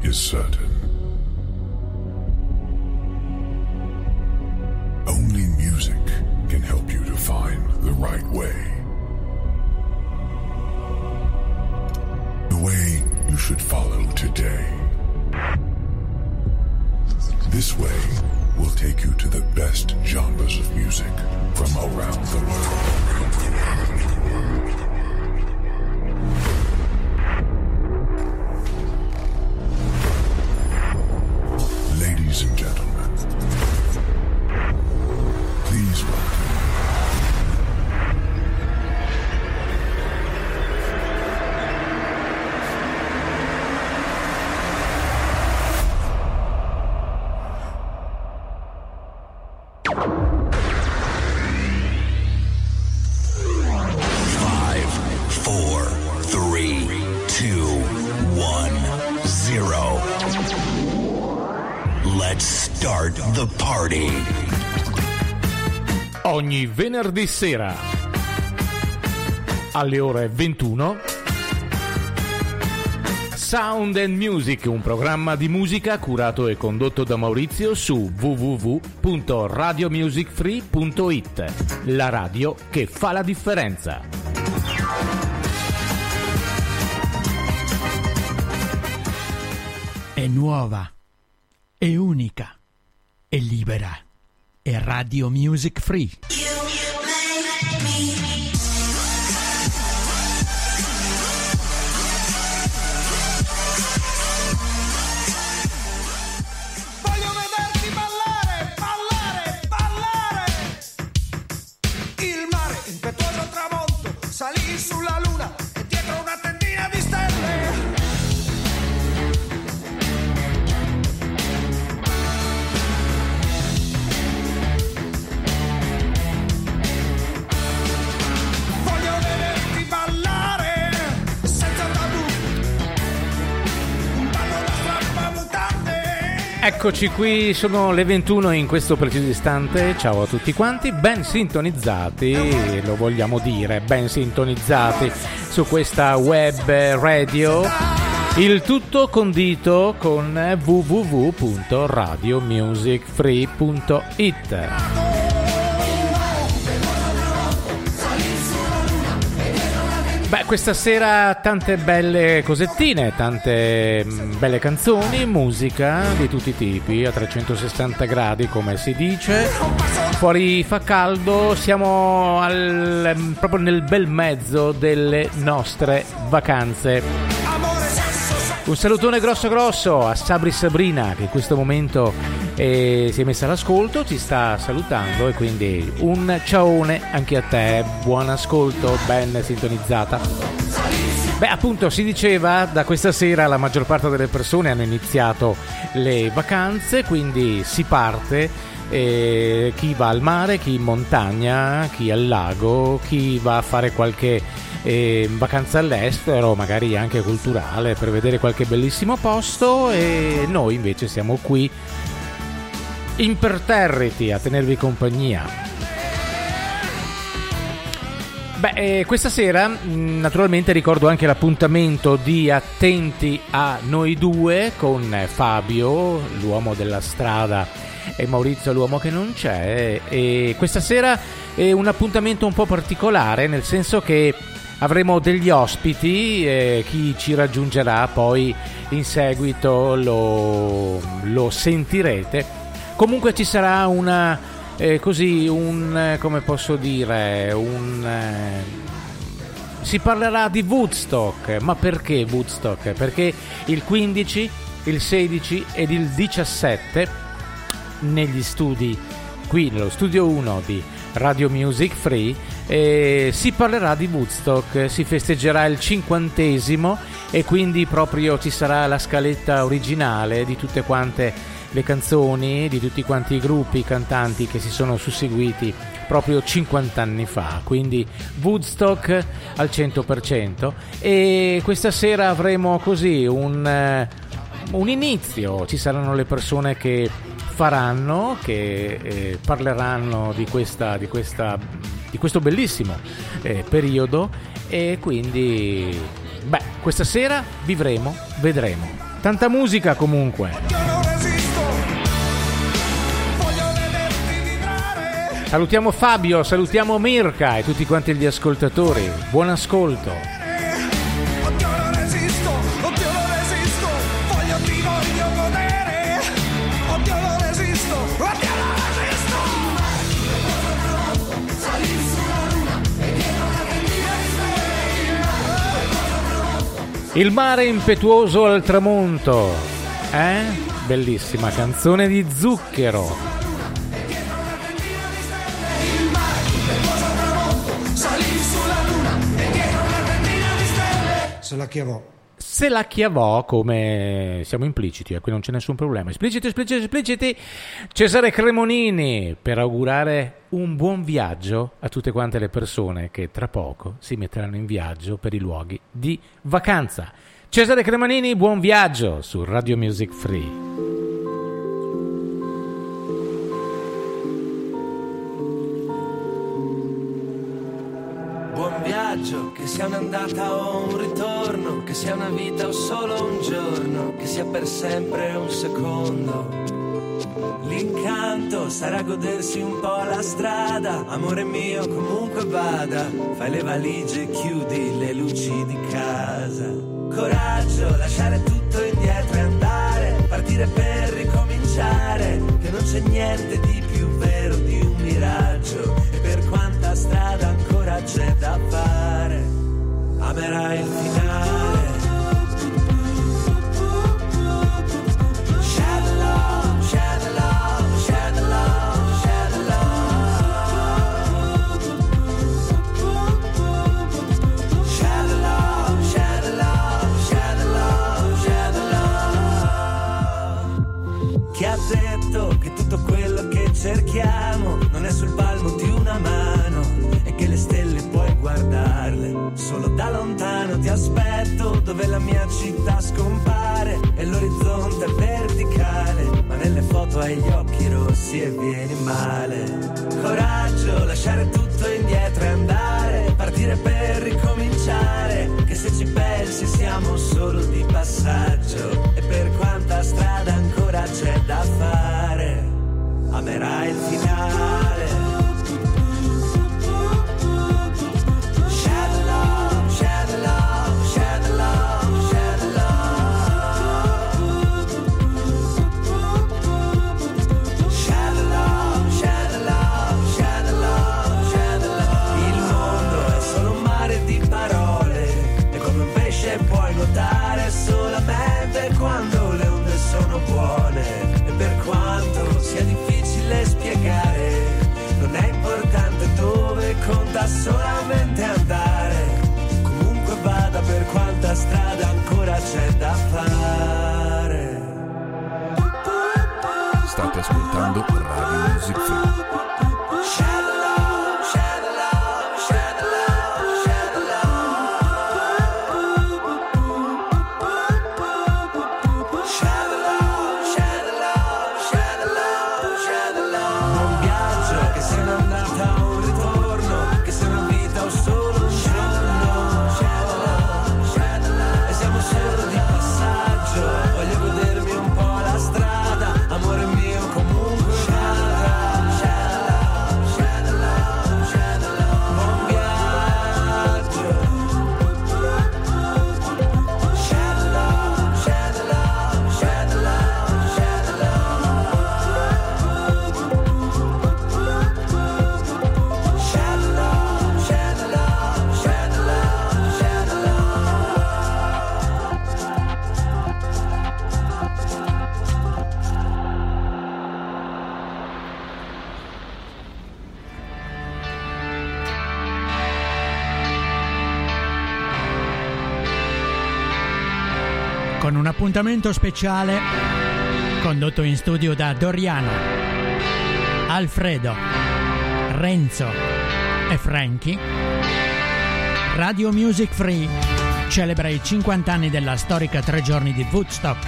is certain. Only music can help you to find the right way. The way you should follow today. This way will take you to the best genres of music from around the world. Ladies and gentlemen, please welcome. Start the party. Ogni venerdì sera alle ore 21 Sound and Music, un programma di musica curato e condotto da Maurizio su www.radiomusicfree.it, la radio che fa la differenza. È nuova, è unica, è libera, è Radio Music Free. Voglio vederti ballare, ballare, ballare. Il mare, impetuoso tramonto, salì sulla luna e dietro una tendina di stelle. Eccoci qui, sono le 21 in questo preciso istante. Ciao a tutti quanti, ben sintonizzati, lo vogliamo dire, ben sintonizzati su questa web radio. Il tutto condito con www.radiomusicfree.it. Beh, questa sera tante belle cosettine, tante belle canzoni, musica di tutti i tipi, a 360 gradi come si dice. Fuori fa caldo, siamo proprio nel bel mezzo delle nostre vacanze. Un salutone grosso a Sabri Sabrina, che in questo momento si è messa all'ascolto, ci sta salutando, e quindi un ciaone anche a te, buon ascolto, ben sintonizzata. Beh, appunto, si diceva, da questa sera la maggior parte delle persone hanno iniziato le vacanze, quindi si parte, chi va al mare, chi in montagna, chi al lago, chi va a fare qualche vacanza all'estero, magari anche culturale, per vedere qualche bellissimo posto, e noi invece siamo qui imperterriti a tenervi compagnia. Beh, questa sera naturalmente ricordo anche l'appuntamento di Attenti a Noi Due con Fabio, l'uomo della strada, e Maurizio, l'uomo che non c'è. E questa sera è un appuntamento un po' particolare, nel senso che avremo degli ospiti, chi ci raggiungerà poi in seguito lo sentirete. Comunque ci sarà come posso dire, si parlerà di Woodstock. Ma perché Woodstock? Perché il 15, il 16 ed il 17 negli studi, qui nello studio 1 di Radio Music Free, si parlerà di Woodstock, si festeggerà il 50° e quindi proprio ci sarà la scaletta originale di tutte quante le canzoni, di tutti quanti i gruppi, i cantanti che si sono susseguiti proprio 50 anni fa, quindi Woodstock al 100%. E questa sera avremo così un inizio, ci saranno le persone che parleranno di questo bellissimo periodo, e quindi questa sera vedremo Tanta musica comunque. Io non resisto, voglio vederti vibrare. Salutiamo Fabio, salutiamo Mirka e tutti quanti gli ascoltatori. Buon ascolto. Oddio non resisto, voglio godere. Oddio non resisto, sali sulla luna e dietro la tendina Il mare impetuoso al tramonto. Bellissima canzone di Zucchero. sali sulla luna e dietro una tendina di stelle. Se la chiavò, come siamo impliciti, qui non c'è nessun problema. Espliciti. Cesare Cremonini, per augurare un buon viaggio a tutte quante le persone che tra poco si metteranno in viaggio per i luoghi di vacanza. Cesare Cremonini, buon viaggio su Radio Music Free. Buon viaggio, che sia un'andata o un ritorno, che sia una vita o solo un giorno, che sia per sempre un secondo. L'incanto sarà godersi un po' la strada, amore mio comunque vada, fai le valigie e chiudi le luci di casa. Coraggio, lasciare tutto indietro e andare, partire per ricominciare, che non c'è niente di più vero di un miraggio, e per quanta strada ancora c'è da fare, amerai il finale. Chi ha detto che tutto quello che cerchiamo non è sul palmo di una mano e che le stelle puoi guardarle solo da lontano? Ti aspetto dove la mia città scompare e l'orizzonte è verticale, ma nelle foto hai gli occhi rossi e vieni male. Coraggio, lasciare tutto indietro e andare, partire per ricominciare, che se ci pensi siamo solo di passaggio, e per quanta strada ancora c'è da fare, amerai il finale. Share the love, share the love, share the love, share the love. Share the love, share the love, share the love, share the love. Il mondo è solo un mare di parole, e come un pesce puoi nuotare solamente quando le onde sono buone. E per quanto sia difficile spiegare, non è importante dove, conta solamente andare. Comunque vada, per quanta strada ancora c'è da fare. State ascoltando Radio Music Free. Share the love, share the love, share the love, share the love. Share the love, share the love, share the love, share the love. Un viaggio, che sia un'andata o un ritorno, che sia una vita o solo un giorno. Share the love, share the love. E siamo solo di passaggio, voglio godermi un po' la strada, amore mio comunque vada. Share the love, share the love, share the love. Buon viaggio. Share the love, share the love, share the love, share the love. Share the love, share the love, share the love, share the love. Con un appuntamento speciale condotto in studio da Doriano, Alfredo, Renzo e Frankie, Radio Music Free celebra i 50 anni della storica 3 giorni di Woodstock.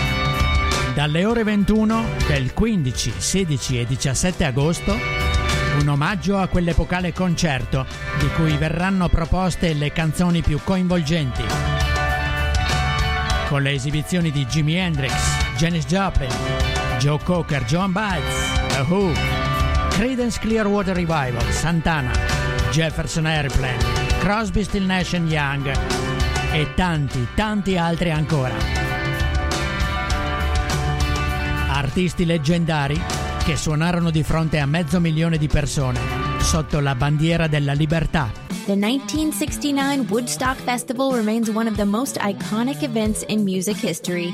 Dalle ore 21 del 15, 16 e 17 agosto, Un omaggio a quell'epocale concerto di cui verranno proposte le canzoni più coinvolgenti, con le esibizioni di Jimi Hendrix, Janis Joplin, Joe Cocker, Joan Baez, The Who, Creedence Clearwater Revival, Santana, Jefferson Airplane, Crosby, Still Nash & Young e tanti altri ancora. Artisti leggendari che suonarono di fronte a 500.000 di persone sotto la bandiera della libertà. The 1969 Woodstock Festival remains one of the most iconic events in music history.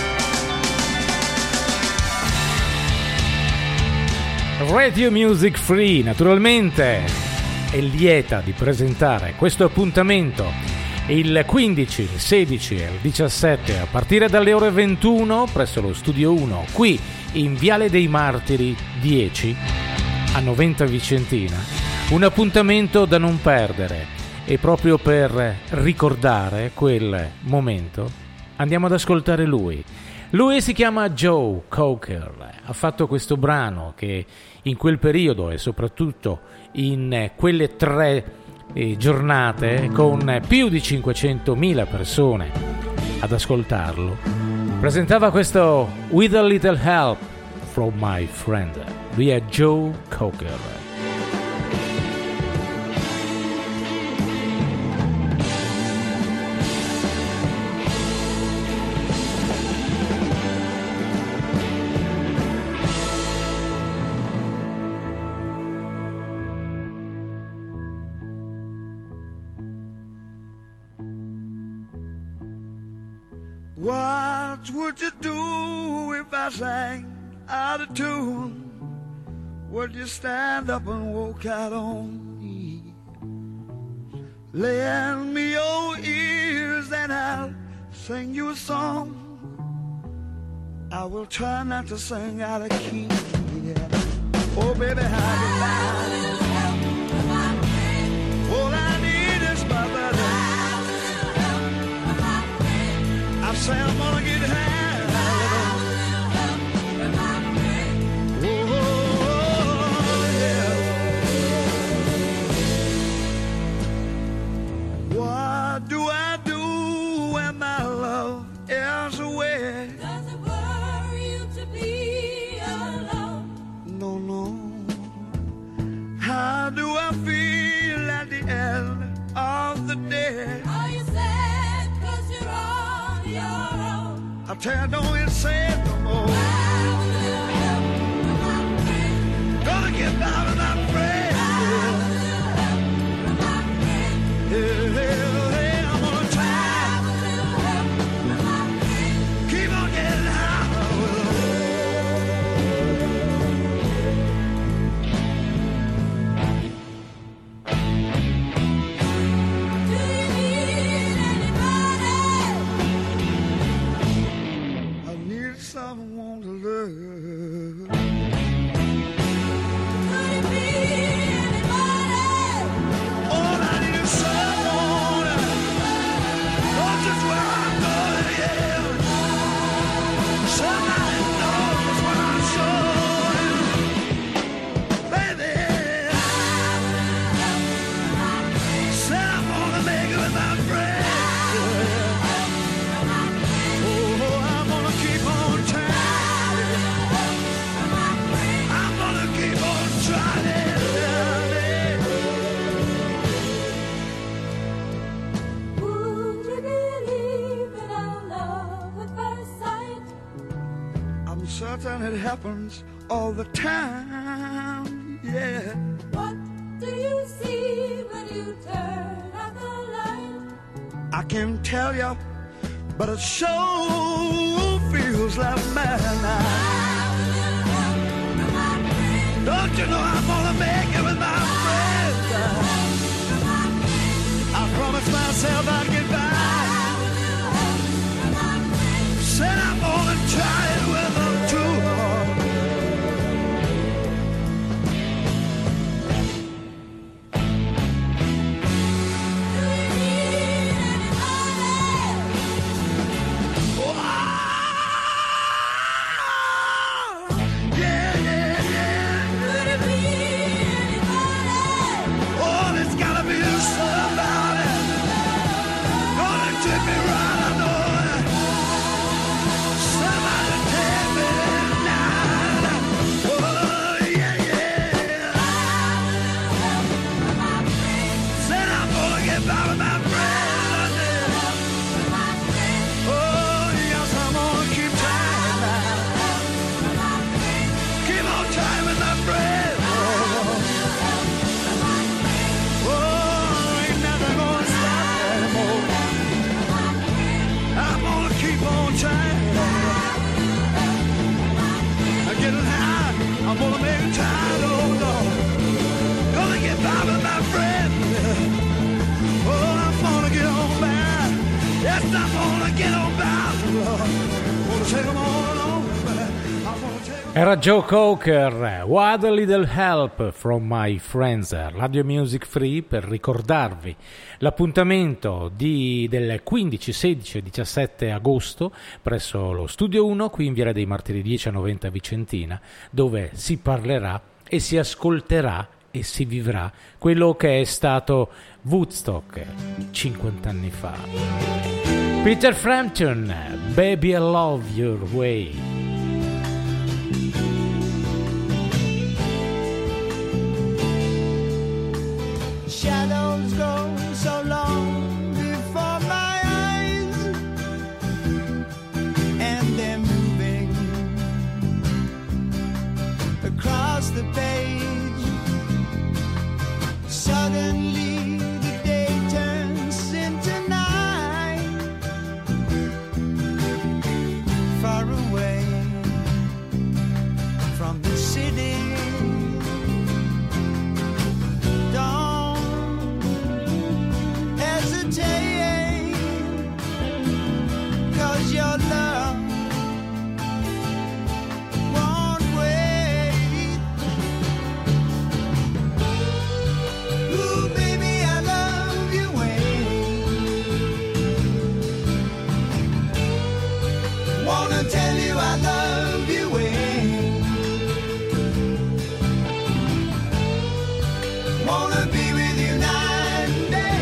Radio Music Free, naturalmente, è lieta di presentare questo appuntamento il 15, il 16 e il 17 a partire dalle ore 21 presso lo Studio 1, qui in Viale dei Martiri 10 a Noventa Vicentina. Un appuntamento da non perdere, e proprio per ricordare quel momento andiamo ad ascoltare lui. Lui si chiama Joe Cocker, ha fatto questo brano che in quel periodo e soprattutto in quelle 3 giornate con più di 500.000 persone ad ascoltarlo, presentava questo With a Little Help from My Friend. Lui è Joe Cocker. What would you do if I sang out of tune? Would you stand up and walk out on me? Lend me your ears and I'll sing you a song. I will try not to sing out of key. Yeah. Oh baby, how do all I need is my brother. I say I'm gonna get high. Oh, yeah. What do I do when my love is away? Does it worry you to be alone? No, no. How do I feel at the end of the day? Are you sad 'cause you're on your own? I tell you, don't even say it no more. Gonna get down and I'm afraid. Yeah, I'm gonna try. Keep on getting high. Do you need anybody? I need someone to love. Could it be anybody? All I need is someone. Knows just where I'm going, yeah. Somebody knows when I'm showing. Baby, said I'm gonna make it with my friends. Oh, I'm gonna keep on trying. I'm gonna keep on trying. Would you believe in our love at first sight? I'm certain it happens all the time, yeah. What do you see when you turn out the light? I can't tell you, but it sure feels like madness. Don't you know I'm gonna make it with my friends? I promised myself I'd get by. Said I'm gonna try it with them too. Yeah, yeah, yeah. Could it be I'm gonna make a time, oh Lord. Gonna get by with my friend. Oh, I'm gonna get on back. Yes, I'm gonna get on back, Lord. Gonna take them all on back. I'm gonna take them. Era Joe Cocker, What a Little Help from My Friends, Radio Music Free, per ricordarvi l'appuntamento del 15, 16 e 17 agosto presso lo Studio 1 qui in Viale dei Martiri 10 a Noventa Vicentina, dove si parlerà e si ascolterà e si vivrà quello che è stato Woodstock 50 anni fa. Peter Frampton, Baby I Love Your Way. Shadows go so long before my eyes, and they're moving across the page. Suddenly the day turns into night, far away from the city. Cause your love won't wait. Ooh, baby, I love you, wait. Wanna tell you I love you, wait. Wanna be with you night and day.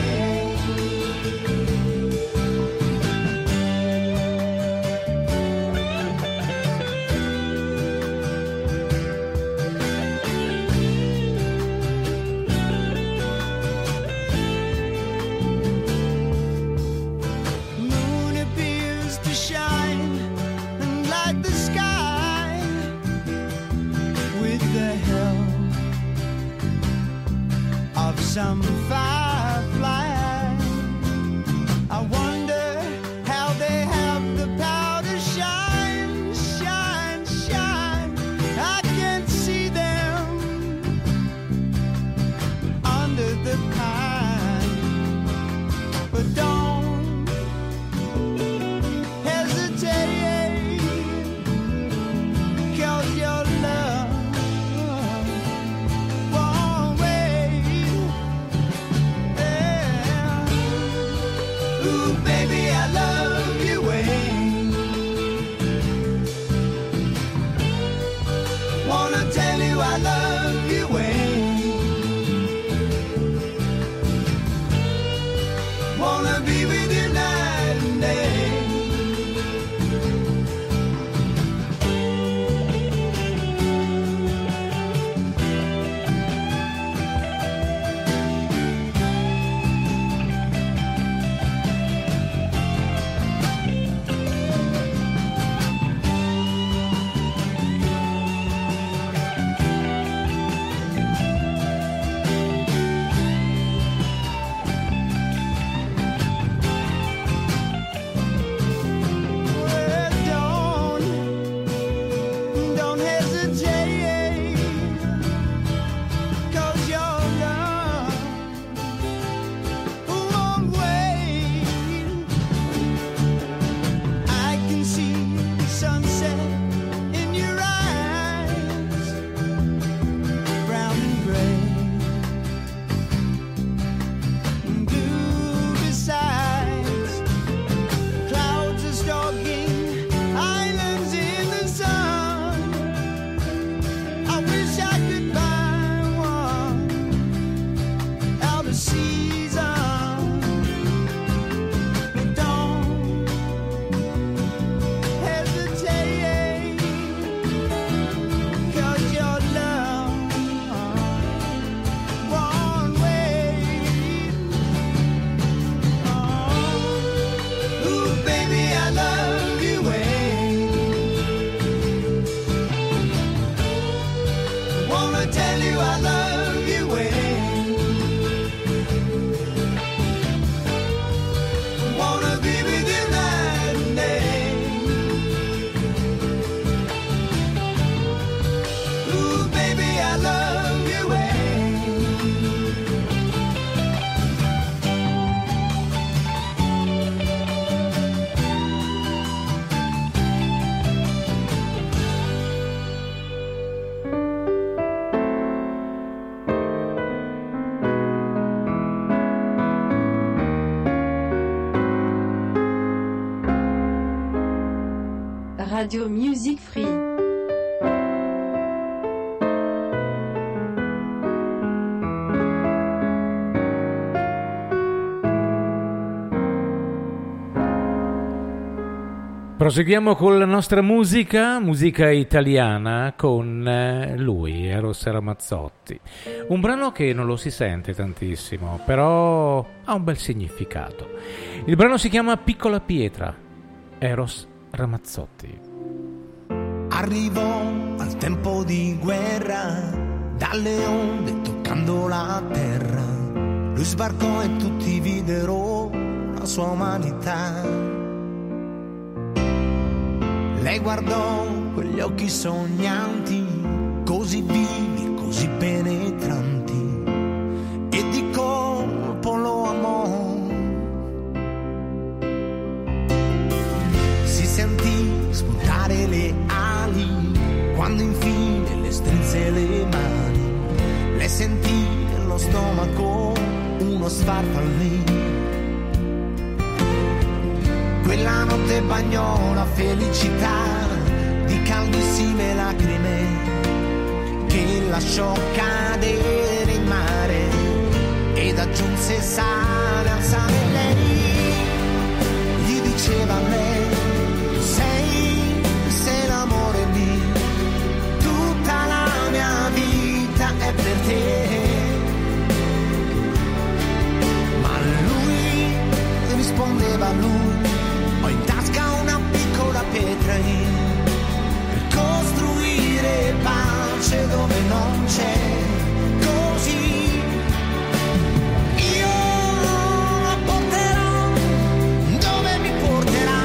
Some firefly. I wonder how they have the power to shine, shine, shine. I can see them under the pine, but don't hesitate, 'cause your love won't wait. Ooh, baby, I love you, wait. Wanna tell you I love you, wait. Wanna be with you night and day. Radio Music Free. Proseguiamo con la nostra musica italiana con lui, Eros Ramazzotti. Un brano che non lo si sente tantissimo, però ha un bel significato. Il brano si chiama Piccola Pietra, Eros Ramazzotti. Arrivò al tempo di guerra, dalle onde toccando la terra. Lui sbarcò e tutti videro la sua umanità. Lei guardò quegli occhi sognanti, così vivi, così penetranti, e di colpo lo amò. Si sentì spuntare le ali, quando infine le strinse le mani. Le sentì nello stomaco uno sfarfallì. Quella notte bagnò la felicità di caldissime lacrime che lasciò cadere in mare ed aggiunse sale al sale. Lei gli diceva a lei: sei l'amore mio, tutta la mia vita è per te. Ma lui rispondeva a lui: ho in tasca una piccola pietra per costruire pace dove non c'è. Così io la porterò dove mi porterà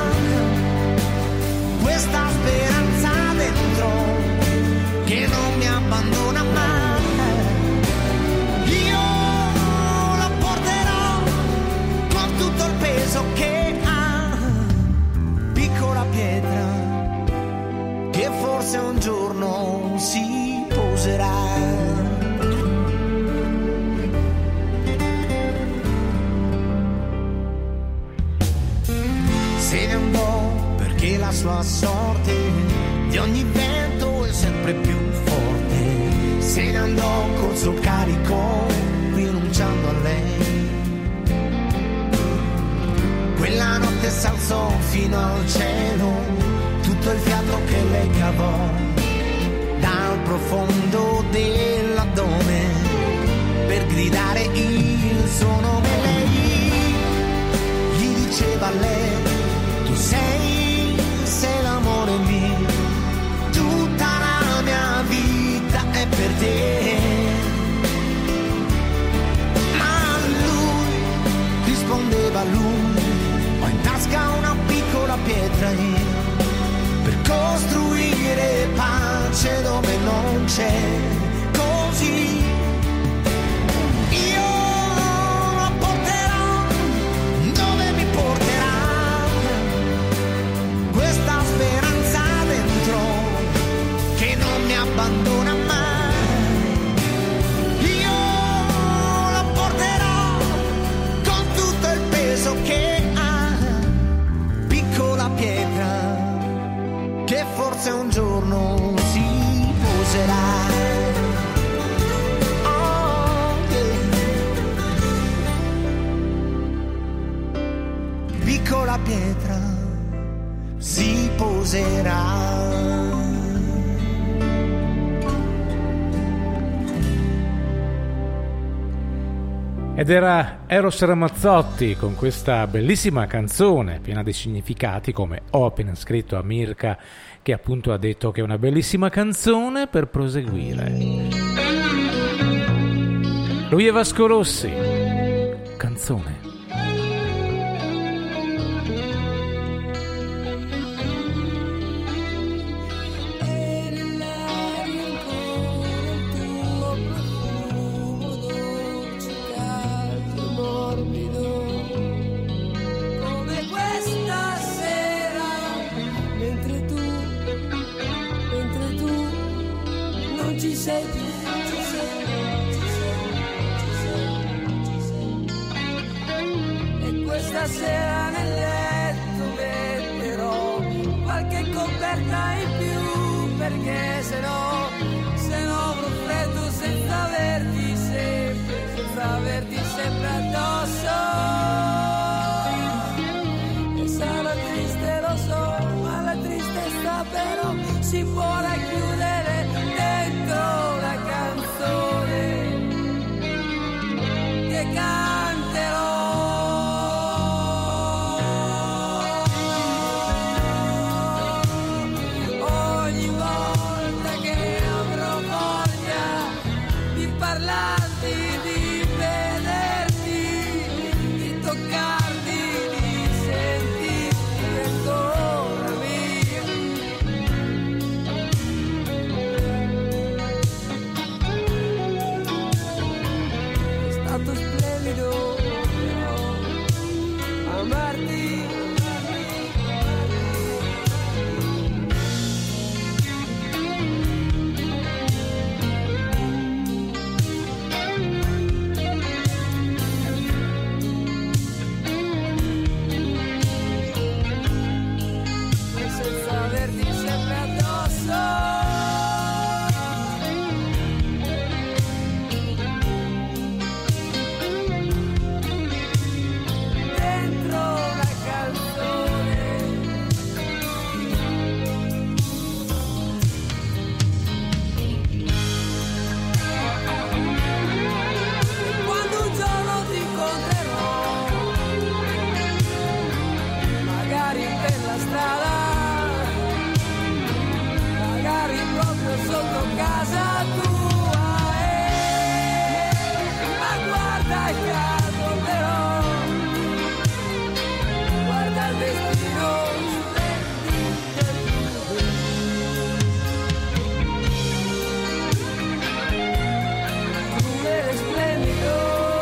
questa speranza dentro che non mi abbandona mai. Io la porterò con tutto il peso che pietra che forse un giorno si poserà. Se ne andò perché la sua sorte di ogni vento è sempre più forte. Se ne andò col suo carico rinunciando a lei. Quella notte s'alzò fino al cielo tutto il fiato che lei cavò dal profondo dell'addome per gridare il suo nome. Lei gli diceva a lei: tu sei l'amore mio, tutta la mia vita è per te. Ma lui rispondeva a lui: ho in tasca una piccola pietra per costruire pace dove non c'è. Così io la porterò dove mi porterà questa speranza dentro che non mi abbandona mai. Io la porterò con tutto il peso che pietra che forse un giorno si poserà. Oh, yeah. Piccola pietra si poserà. Ed era Eros Ramazzotti con questa bellissima canzone piena di significati, come ho appena scritto a Mirka, che appunto ha detto che è una bellissima canzone per proseguire. Lui è Vasco Rossi, canzone. Stasera nel letto metterò qualche cosa coperta in più, perché se no avrò freddo senza averti sempre addosso. E sarà triste, lo so, ma la tristezza però si può racchiudere dentro la canzone che canterò. Ogni volta che avrò voglia di parlarti, di vederti, di toccarti, di sentirti ancora mia. È stato splendido amarti. Senza averti sempre addosso. Dentro la canzone. E quando un giorno ti incontrerò, magari per la strada, magari proprio sotto casa tua, ma guarda il caso però, guarda il destino crudele e splendido.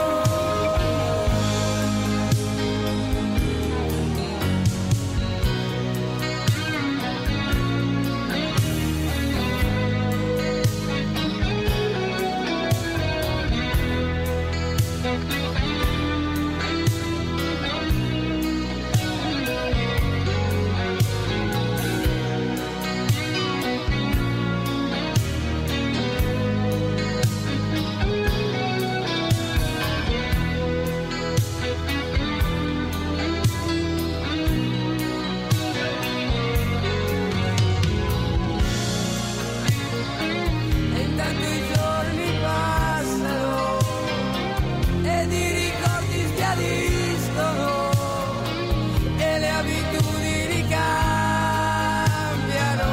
E intanto i giorni passano ed i ricordi sbiadiscono e le abitudini cambiano.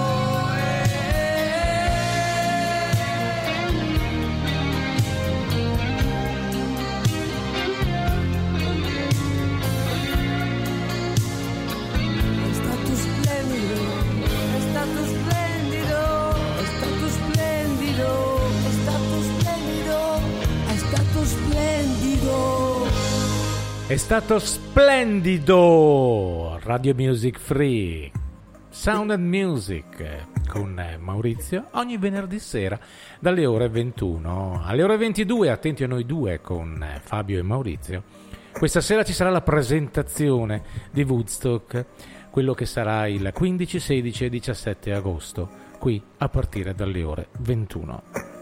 È stato splendido, è stato splendido, è stato splendido, è stato splendido, è stato splendido. È stato splendido. Radio Music Free, Sound and Music con Maurizio ogni venerdì sera dalle ore 21 alle ore 22. Attenti a noi due con Fabio e Maurizio. Questa sera ci sarà la presentazione di Woodstock, quello che sarà il 15, 16 e 17 agosto, qui a partire dalle ore 21.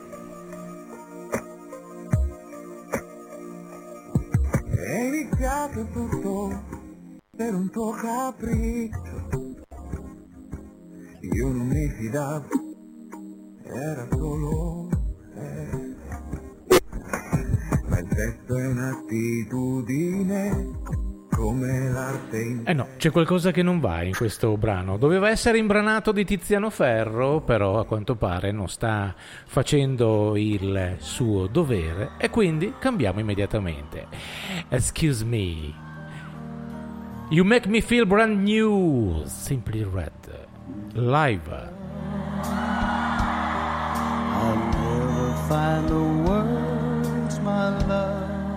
È iniziato tutto per un tuo capriccio. Io non mi fidavo, era solo ma il resto è un'attitudine come l'arte in... No, c'è qualcosa che non va in questo brano. Doveva essere imbranato di Tiziano Ferro, però a quanto pare non sta facendo il suo dovere e quindi cambiamo immediatamente. Excuse me. You make me feel brand new. Simply Red. Live. I'll never find the words, my love,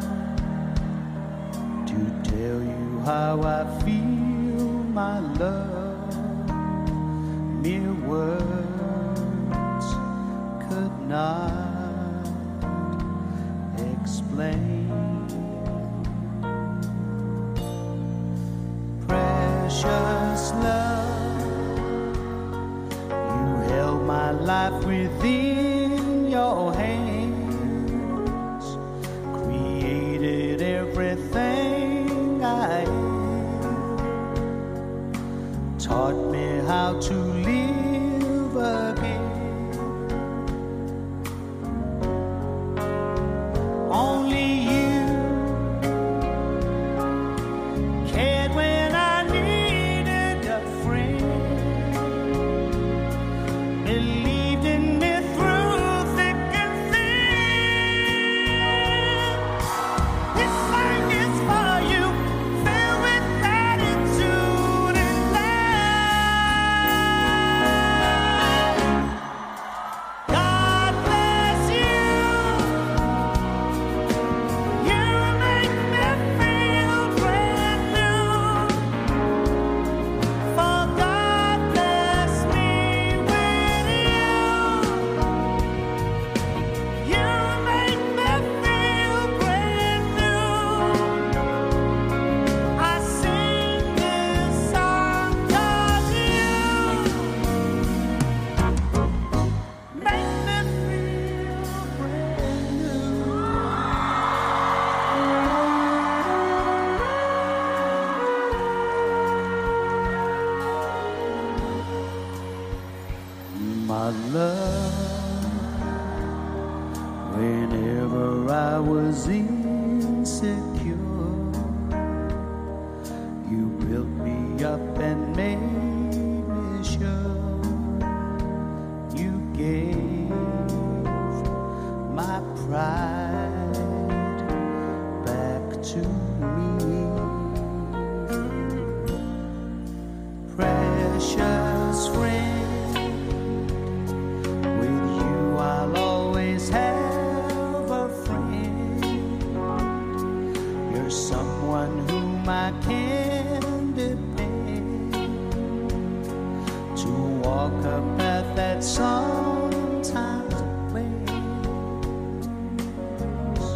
to tell you how I feel, my love. Mere words could not explain. Precious love, life within your hands, created everything I am, taught me how to live again. Only you cared when I needed a friend, believed in me through thick and thin. This song is for you, filled with gratitude and love. God bless you. You make me feel brand new. For God bless me with you. You make me feel brand new. I sing this song 'cause you make me feel brand new. My love, whenever I was insecure, you built me up and made me sure. You gave my pride back to me. Precious friend, with you I'll always have a friend. You're someone whom I can depend to walk a path that sometimes bends.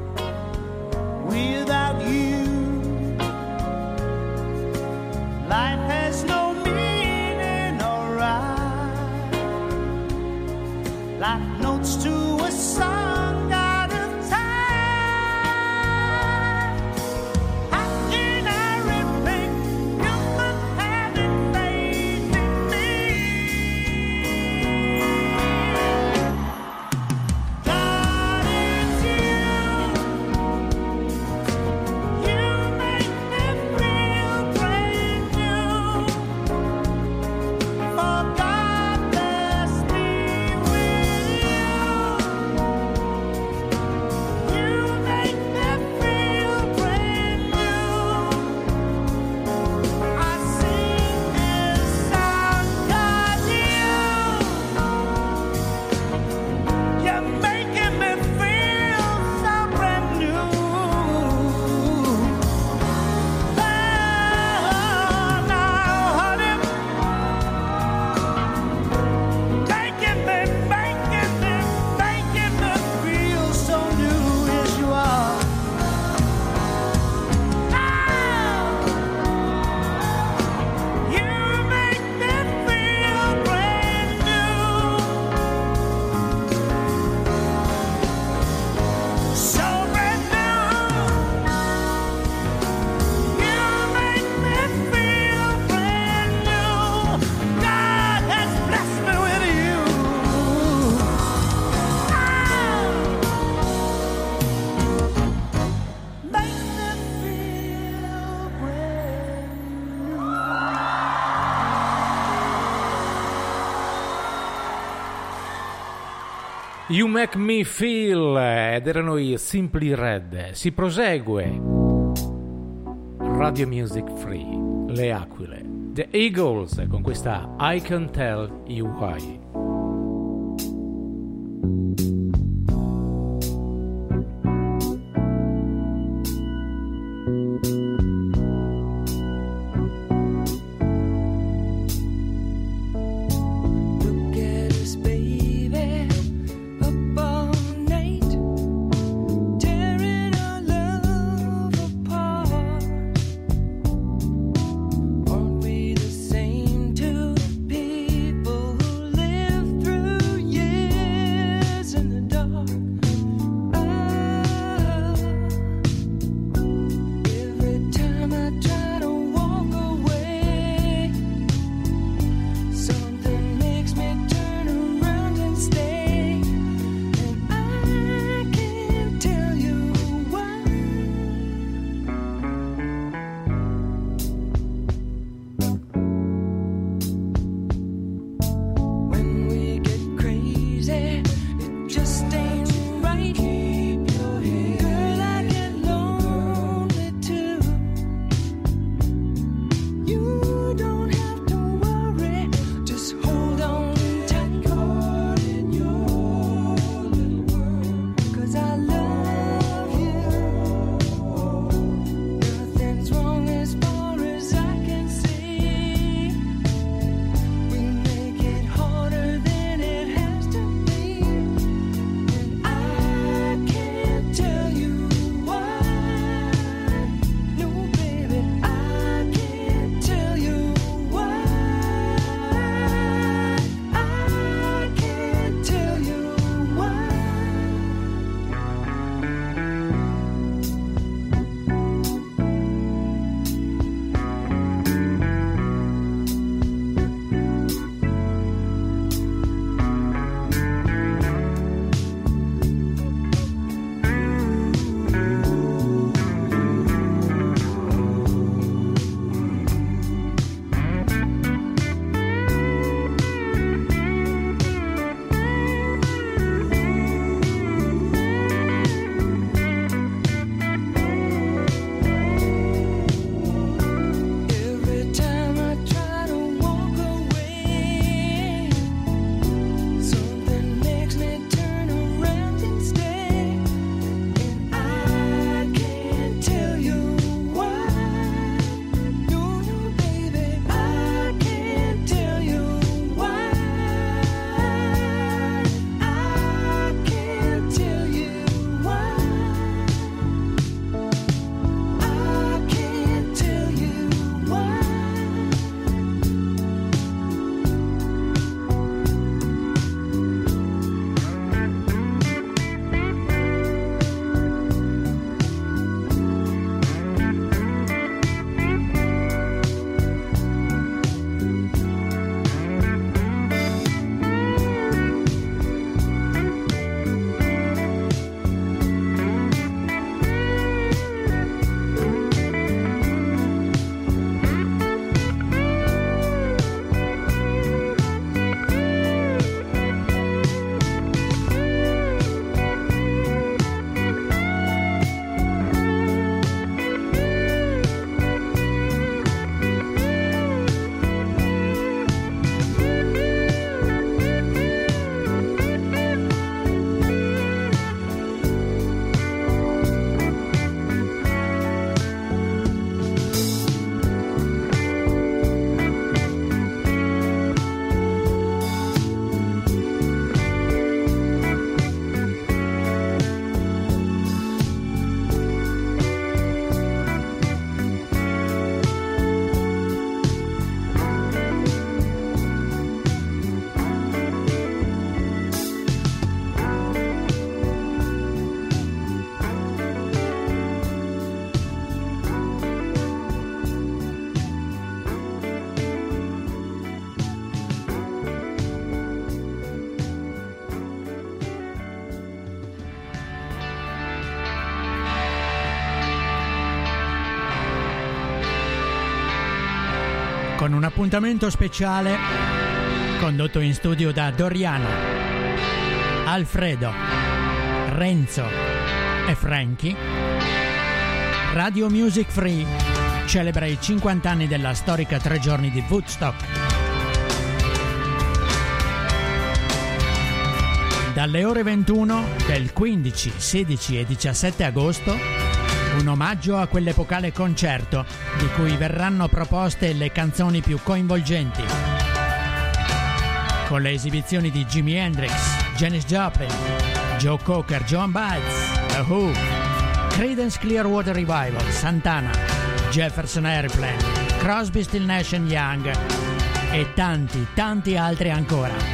Without you, life has no meaning or rhyme, like notes to a song out of time. How can I repay you for having faith in me? God is you. You make me feel brand new. For God bless me with you. You make me feel brand new. I sing this song 'cause you're making me feel so brand new. Oh, now, honey, making me feel so new. Yes, you are. You make me feel brand new. So brand new. You make me feel brand new. God has blessed me with you. Make me feel brand new. You Make Me Feel, ed erano i Simply Red. Si prosegue Radio Music Free, le Aquile, The Eagles con questa I Can Tell You Why. Look at us, baby, up all night, tearing our love apart. Aren't we the same two people who live through con un appuntamento speciale condotto in studio da Doriano, Alfredo, Renzo e Frankie. Radio Music Free celebra i 50 anni della storica 3 giorni di Woodstock. Dalle ore 21 del 15, 16 e 17 agosto, un omaggio a quell'epocale concerto di cui verranno proposte le canzoni più coinvolgenti, con le esibizioni di Jimi Hendrix, Janis Joplin, Joe Cocker, Joan Baez, The Who, Creedence Clearwater Revival, Santana, Jefferson Airplane, Crosby, Still Nash & Young e tanti altri ancora.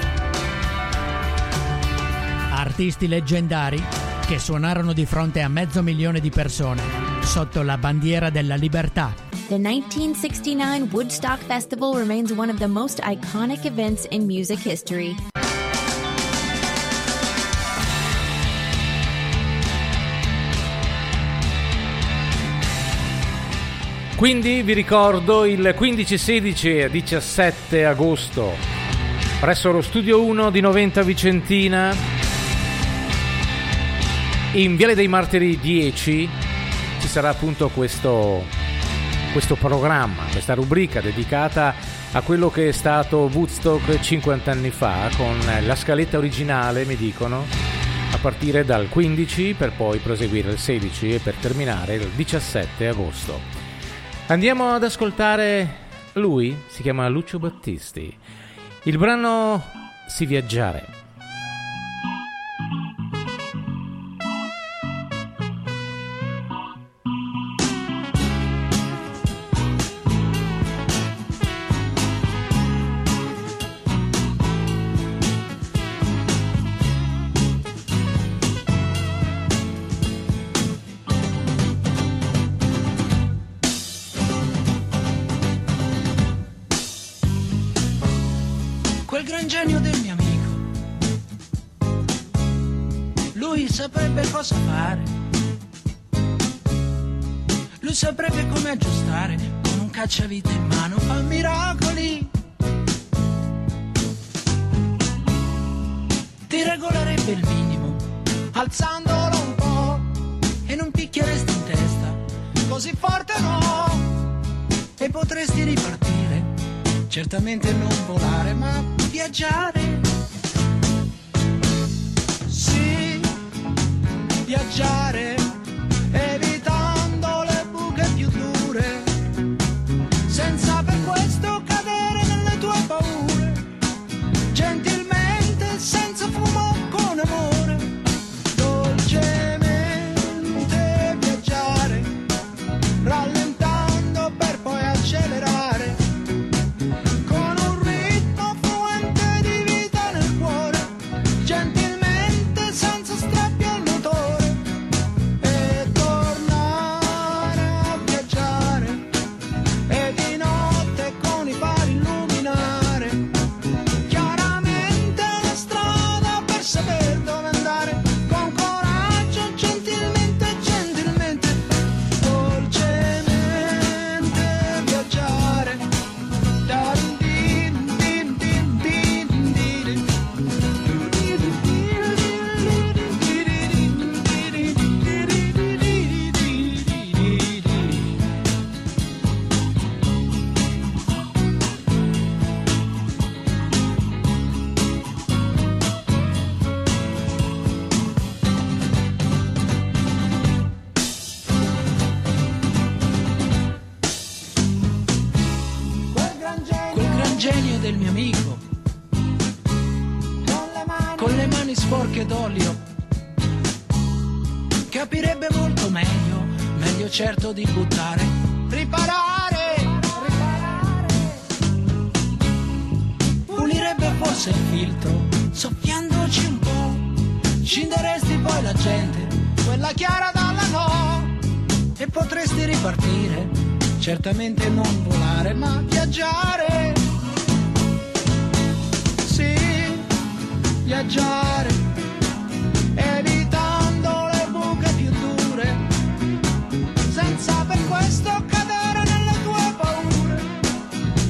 Artisti leggendari che suonarono di fronte a 500.000 di persone sotto la bandiera della libertà. The 1969 Woodstock Festival remains one of the most iconic events in music history. Quindi vi ricordo il 15, 16 e 17 agosto presso lo Studio 1 di Noventa Vicentina, in Viale dei Martiri 10, ci sarà appunto questo programma, questa rubrica dedicata a quello che è stato Woodstock 50 anni fa, con la scaletta originale, mi dicono, a partire dal 15 per poi proseguire il 16 e per terminare il 17 agosto. Andiamo ad ascoltare lui, si chiama Lucio Battisti. Il brano Si viaggiare. Quel gran genio del mio amico, lui saprebbe cosa fare, lui saprebbe come aggiustare con un cacciavite in mano a miracoli, ti regolerebbe il minimo alzandolo un po' e non picchieresti in testa così forte no, e potresti ripartire, certamente non volare ma viaggiare. Sì, viaggiare, evitando le buche più dure, senza per questo cadere nelle tue paure, gentilmente, senza fumo, con amore, dolcemente viaggiare, rallentando per poi accelerare. Genio del mio amico, con le mani sporche d'olio, capirebbe molto meglio certo di buttare, riparare, pulirebbe forse il filtro, soffiandoci un po', scinderesti poi la gente, quella chiara dalla no, e potresti ripartire, certamente non volare ma viaggiare. Sì, viaggiare, evitando le buche più dure, senza per questo cadere nelle tue paure,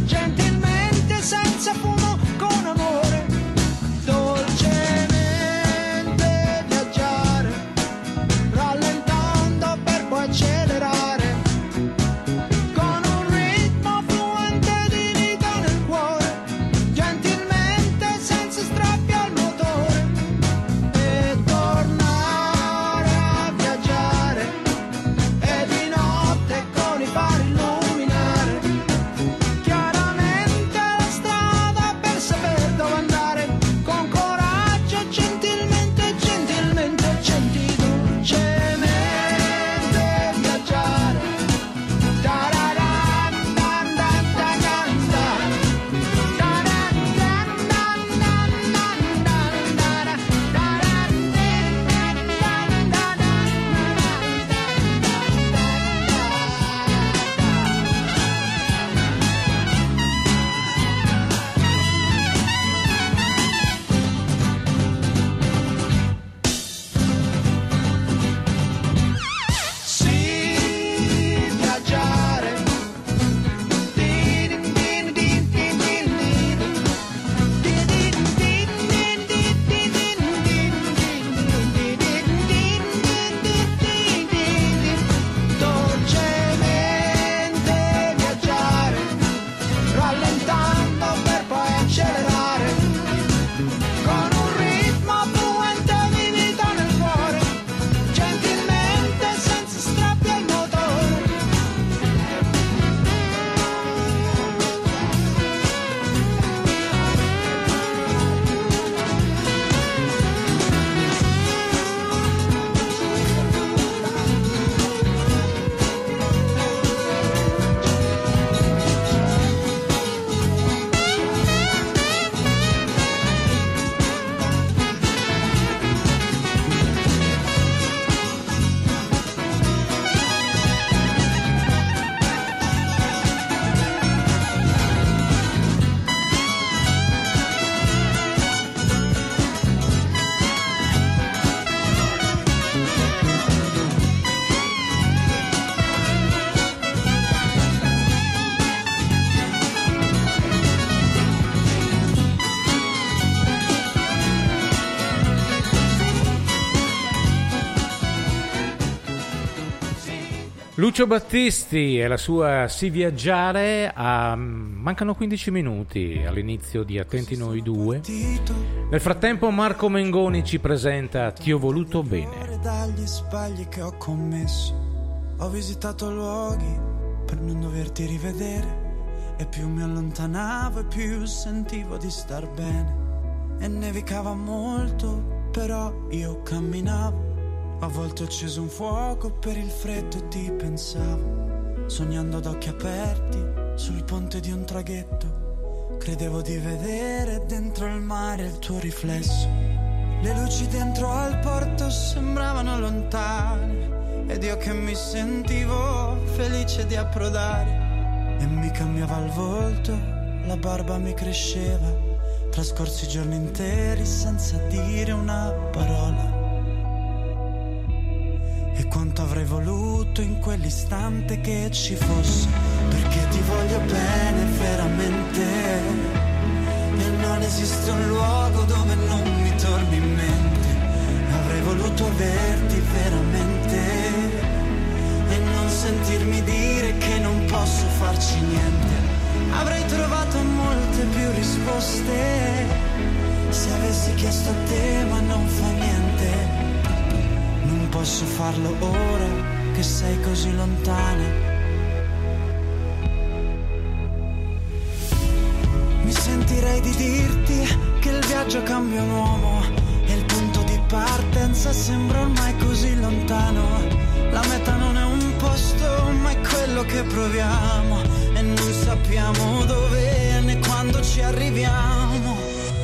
Lucio Battisti e la sua Si viaggiare. Mancano 15 minuti all'inizio di Attenti noi due. Nel frattempo Marco Mengoni ci presenta Ti ho voluto bene. Dagli sbagli che ho commesso, ho visitato luoghi per non doverti rivedere, e più mi allontanavo e più sentivo di star bene. E nevicava molto, però io camminavo. A volte ho acceso un fuoco per il freddo e ti pensavo, sognando ad occhi aperti sul ponte di un traghetto. Credevo di vedere dentro il mare il tuo riflesso. Le luci dentro al porto sembravano lontane, ed io che mi sentivo felice di approdare. E mi cambiava il volto, la barba mi cresceva, trascorsi giorni interi senza dire una parola. E quanto avrei voluto in quell'istante che ci fosse, perché ti voglio bene veramente, e non esiste un luogo dove non mi torni in mente. Avrei voluto averti veramente e non sentirmi dire che non posso farci niente. Avrei trovato molte più risposte se avessi chiesto a te, ma non fa niente. Non posso farlo ora che sei così lontana. Mi sentirei di dirti che il viaggio cambia un uomo e il punto di partenza sembra ormai così lontano. La meta non è un posto, ma è quello che proviamo, e non sappiamo dove né quando ci arriviamo.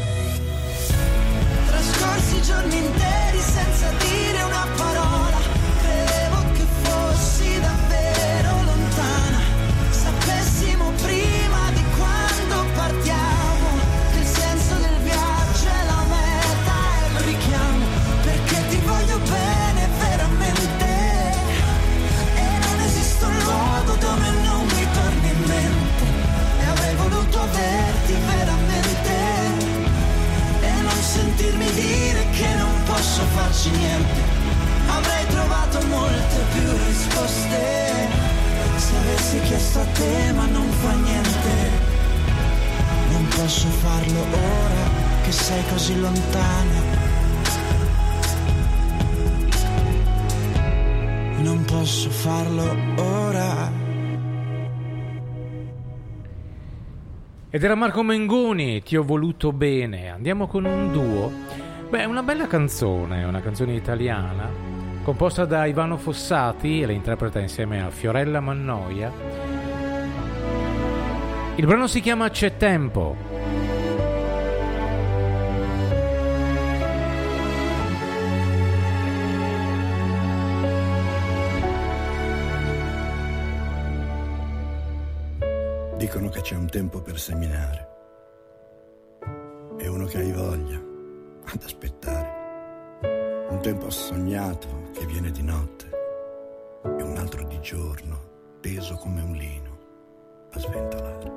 Trascorsi giorni interi senza dire una parola, credevo che fossi davvero lontana. Sapessimo prima di quando partiamo che il senso del viaggio è la meta e il richiamo, perché ti voglio bene veramente, e non esiste un luogo dove non mi torni in mente. E avrei voluto averti veramente e non sentirmi dire che non posso farci niente. Avrei trovato molte più risposte se avessi chiesto a te, ma non fa niente. Non posso farlo ora che sei così lontana. Non posso farlo ora. Ed era Marco Mengoni, Ti ho voluto bene. Andiamo con un duo. Beh, una bella canzone, una canzone italiana, composta da Ivano Fossati e la interpreta insieme a Fiorella Mannoia. Il brano si chiama C'è tempo. Dicono che c'è un tempo per seminare e uno che hai voglia ad aspettare, un tempo sognato che viene di notte e un altro di giorno teso come un lino a sventolare.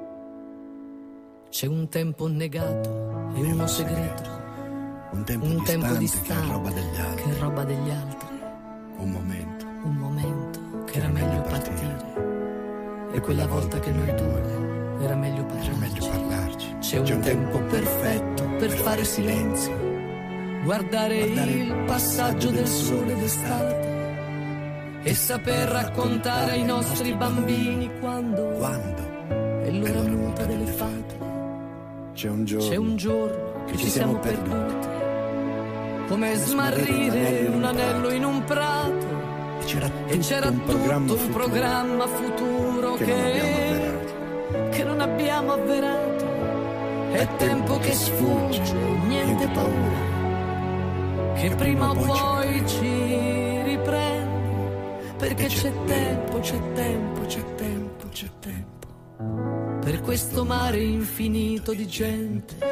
C'è un tempo negato e uno segreto, un tempo distante che è roba degli altri, un momento che era meglio partire. E quella volta che noi due era meglio parlarci. C'è un tempo perfetto per fare silenzio, guardare il passaggio del sole d'estate e saper raccontare ai nostri bambini quando è l'ora muta delle fate. C'è un giorno che ci siamo perduti, come smarrire un anello in un prato. E c'era tutto un programma futuro che non abbiamo avverato. È tempo che sfugge, niente paura, che prima o poi ci riprende, perché c'è tempo per questo mare infinito di gente.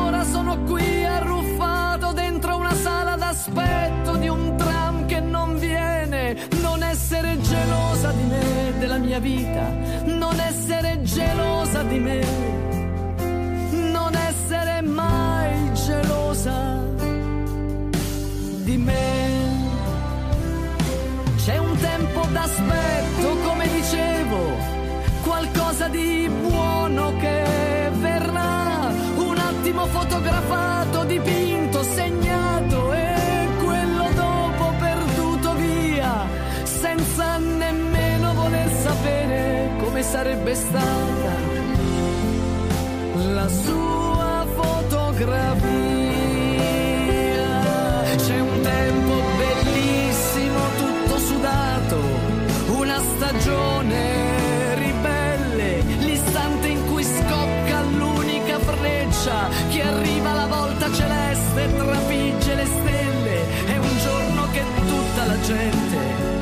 ora sono qui arruffato dentro una sala d'aspetto di un tram che non viene. Non essere gelosa di me, della mia vita, non essere gelosa di me, non essere mai gelosa di me. C'è un tempo d'aspetto, come dicevo, qualcosa di buono che verrà, un attimo fotografato, dipinto, segnato, e quello dopo perduto via, senza nemmeno voler sapere come sarebbe stata la sua fotografia. C'è un tempo bellissimo, tutto sudato, una stagione ribelle, l'istante in cui scocca l'unica freccia che arriva alla volta celeste e trafigge le stelle. È un giorno che tutta la gente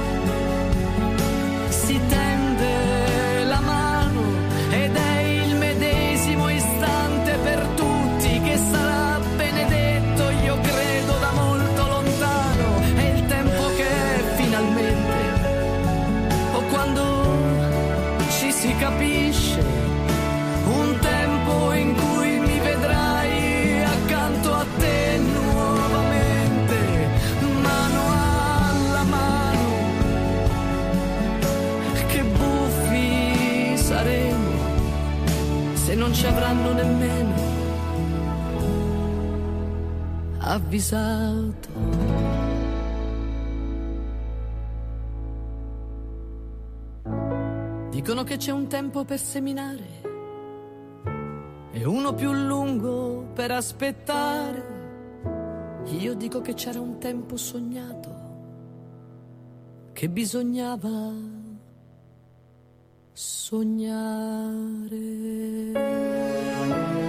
si tende la mano ed è il medesimo istante per tutti che sarà benedetto, io credo, da molto lontano. È il tempo che finalmente, o quando ci si capisce, un tempo in cui mi vedrai accanto a te nuovamente, mano alla mano. Che buffi saremo se non ci avranno nemmeno avvisato. Dicono che c'è un tempo per seminare e uno più lungo per aspettare. Io dico che c'era un tempo sognato che bisognava sognare.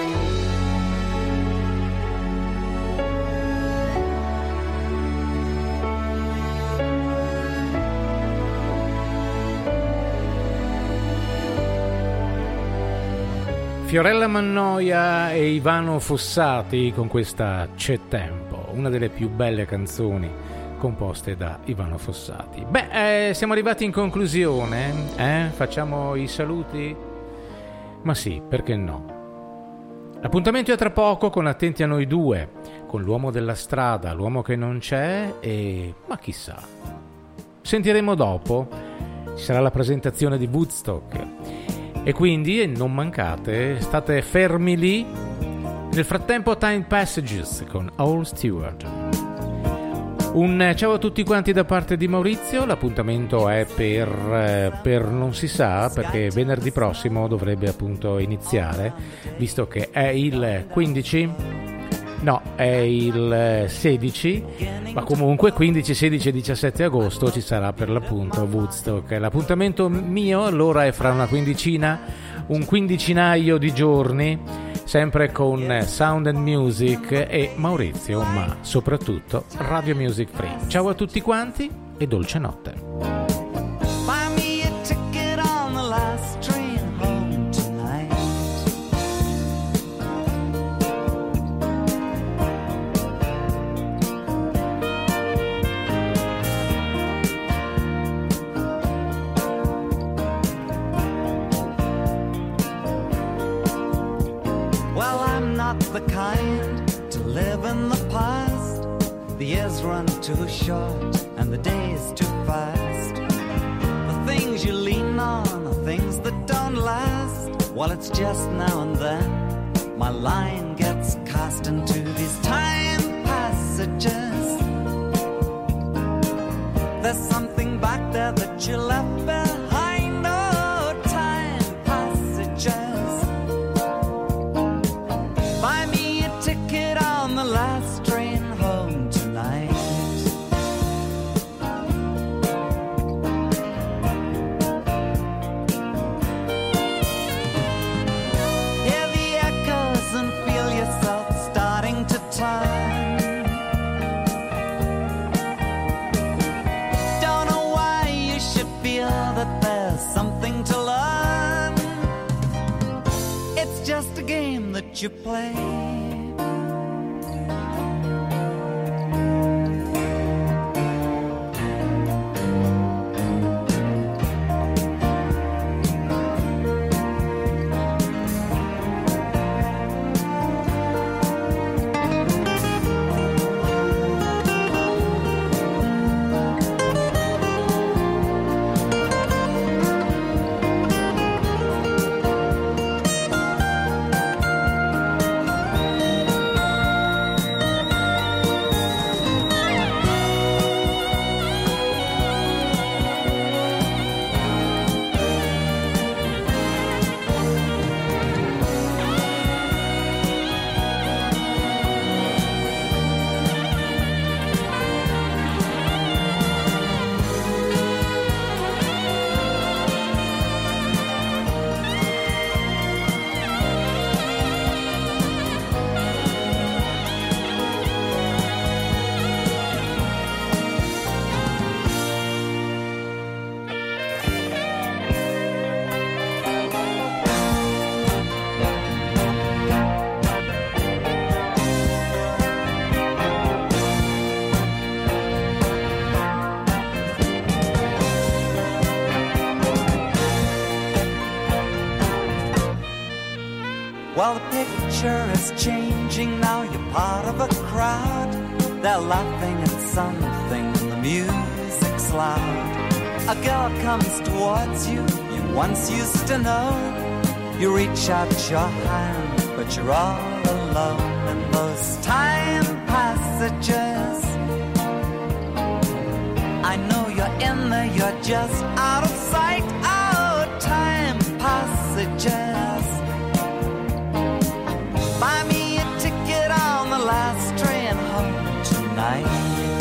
Fiorella Mannoia e Ivano Fossati con questa C'è tempo, una delle più belle canzoni composte da Ivano Fossati. Beh, siamo arrivati in conclusione, facciamo i saluti? Ma sì, perché no? L'appuntamento è tra poco con Attenti a noi due, con l'uomo della strada, l'uomo che non c'è e... ma chissà. Sentiremo dopo, ci sarà la presentazione di Woodstock. E quindi non mancate, state fermi lì. Nel frattempo Time Passages con All Stewart. Un ciao a tutti quanti da parte di Maurizio. L'appuntamento è per non si sa, perché venerdì prossimo dovrebbe appunto iniziare, visto che è il 15. No, è il 16, ma comunque 15, 16 e 17 agosto ci sarà per l'appunto Woodstock. L'appuntamento mio allora è fra una un quindicinaio di giorni, sempre con Sound and Music e Maurizio, ma soprattutto Radio Music Free. Ciao a tutti quanti e dolce notte. The kind to live in the past. The years run too short and the days too fast. The things you lean on are things that don't last. Well, it's just now and then my line gets cast into these time passages. There's something back there that you left behind. Oh, time passages. The last train home tonight. Hear the echoes and feel yourself starting did you play? Well, the picture is changing now, you're part of a crowd. They're laughing at something, the music's loud. A girl comes towards you, you once used to know. You reach out your hand, but you're all alone in those time passages. I know you're in there, you're just out of sight. Oh, time passages. Buy me a ticket on the last train home tonight.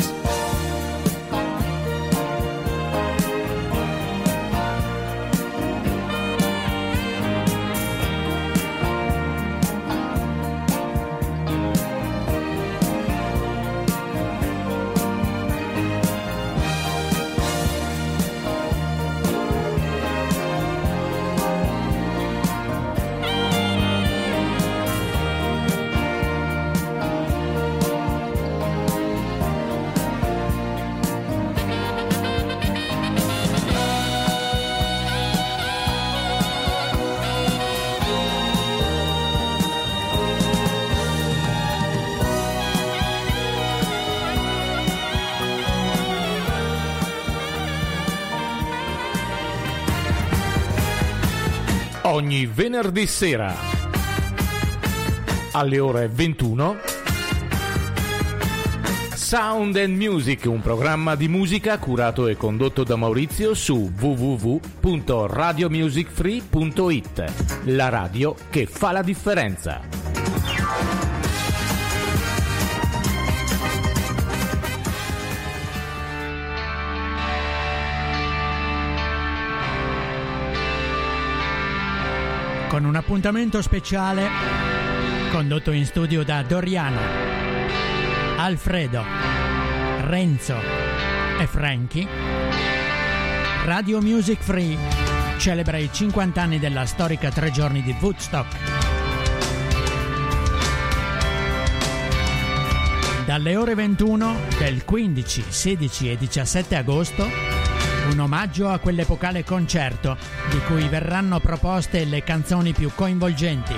Ogni venerdì sera alle ore 21 Sound and Music, un programma di musica curato e condotto da Maurizio su www.radiomusicfree.it, la radio che fa la differenza. Con un appuntamento speciale condotto in studio da Doriano, Alfredo, Renzo e Frankie, Radio Music Free celebra i 50 anni della storica 3 giorni di Woodstock. Dalle ore 21 del 15, 16 e 17 agosto un omaggio a quell'epocale concerto di cui verranno proposte le canzoni più coinvolgenti,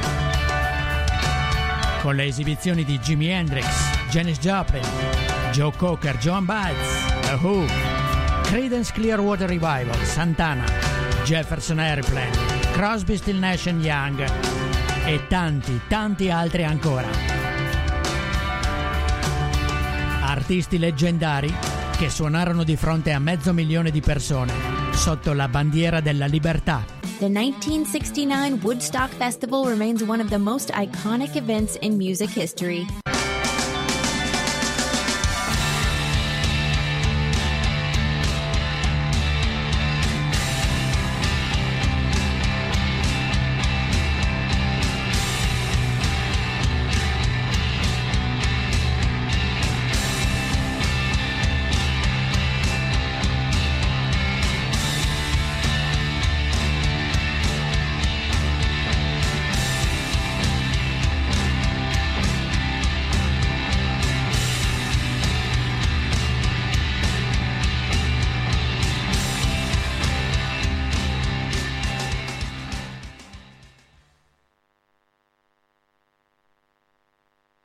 con le esibizioni di Jimi Hendrix, Janis Joplin, Joe Cocker, Joan Baez, The Who, Creedence Clearwater Revival, Santana, Jefferson Airplane, Crosby, Still Nash & Young e tanti altri ancora. Artisti leggendari che suonarono di fronte a 500.000 di persone sotto la bandiera della libertà. The 1969 Woodstock Festival remains one of the most iconic events in music history.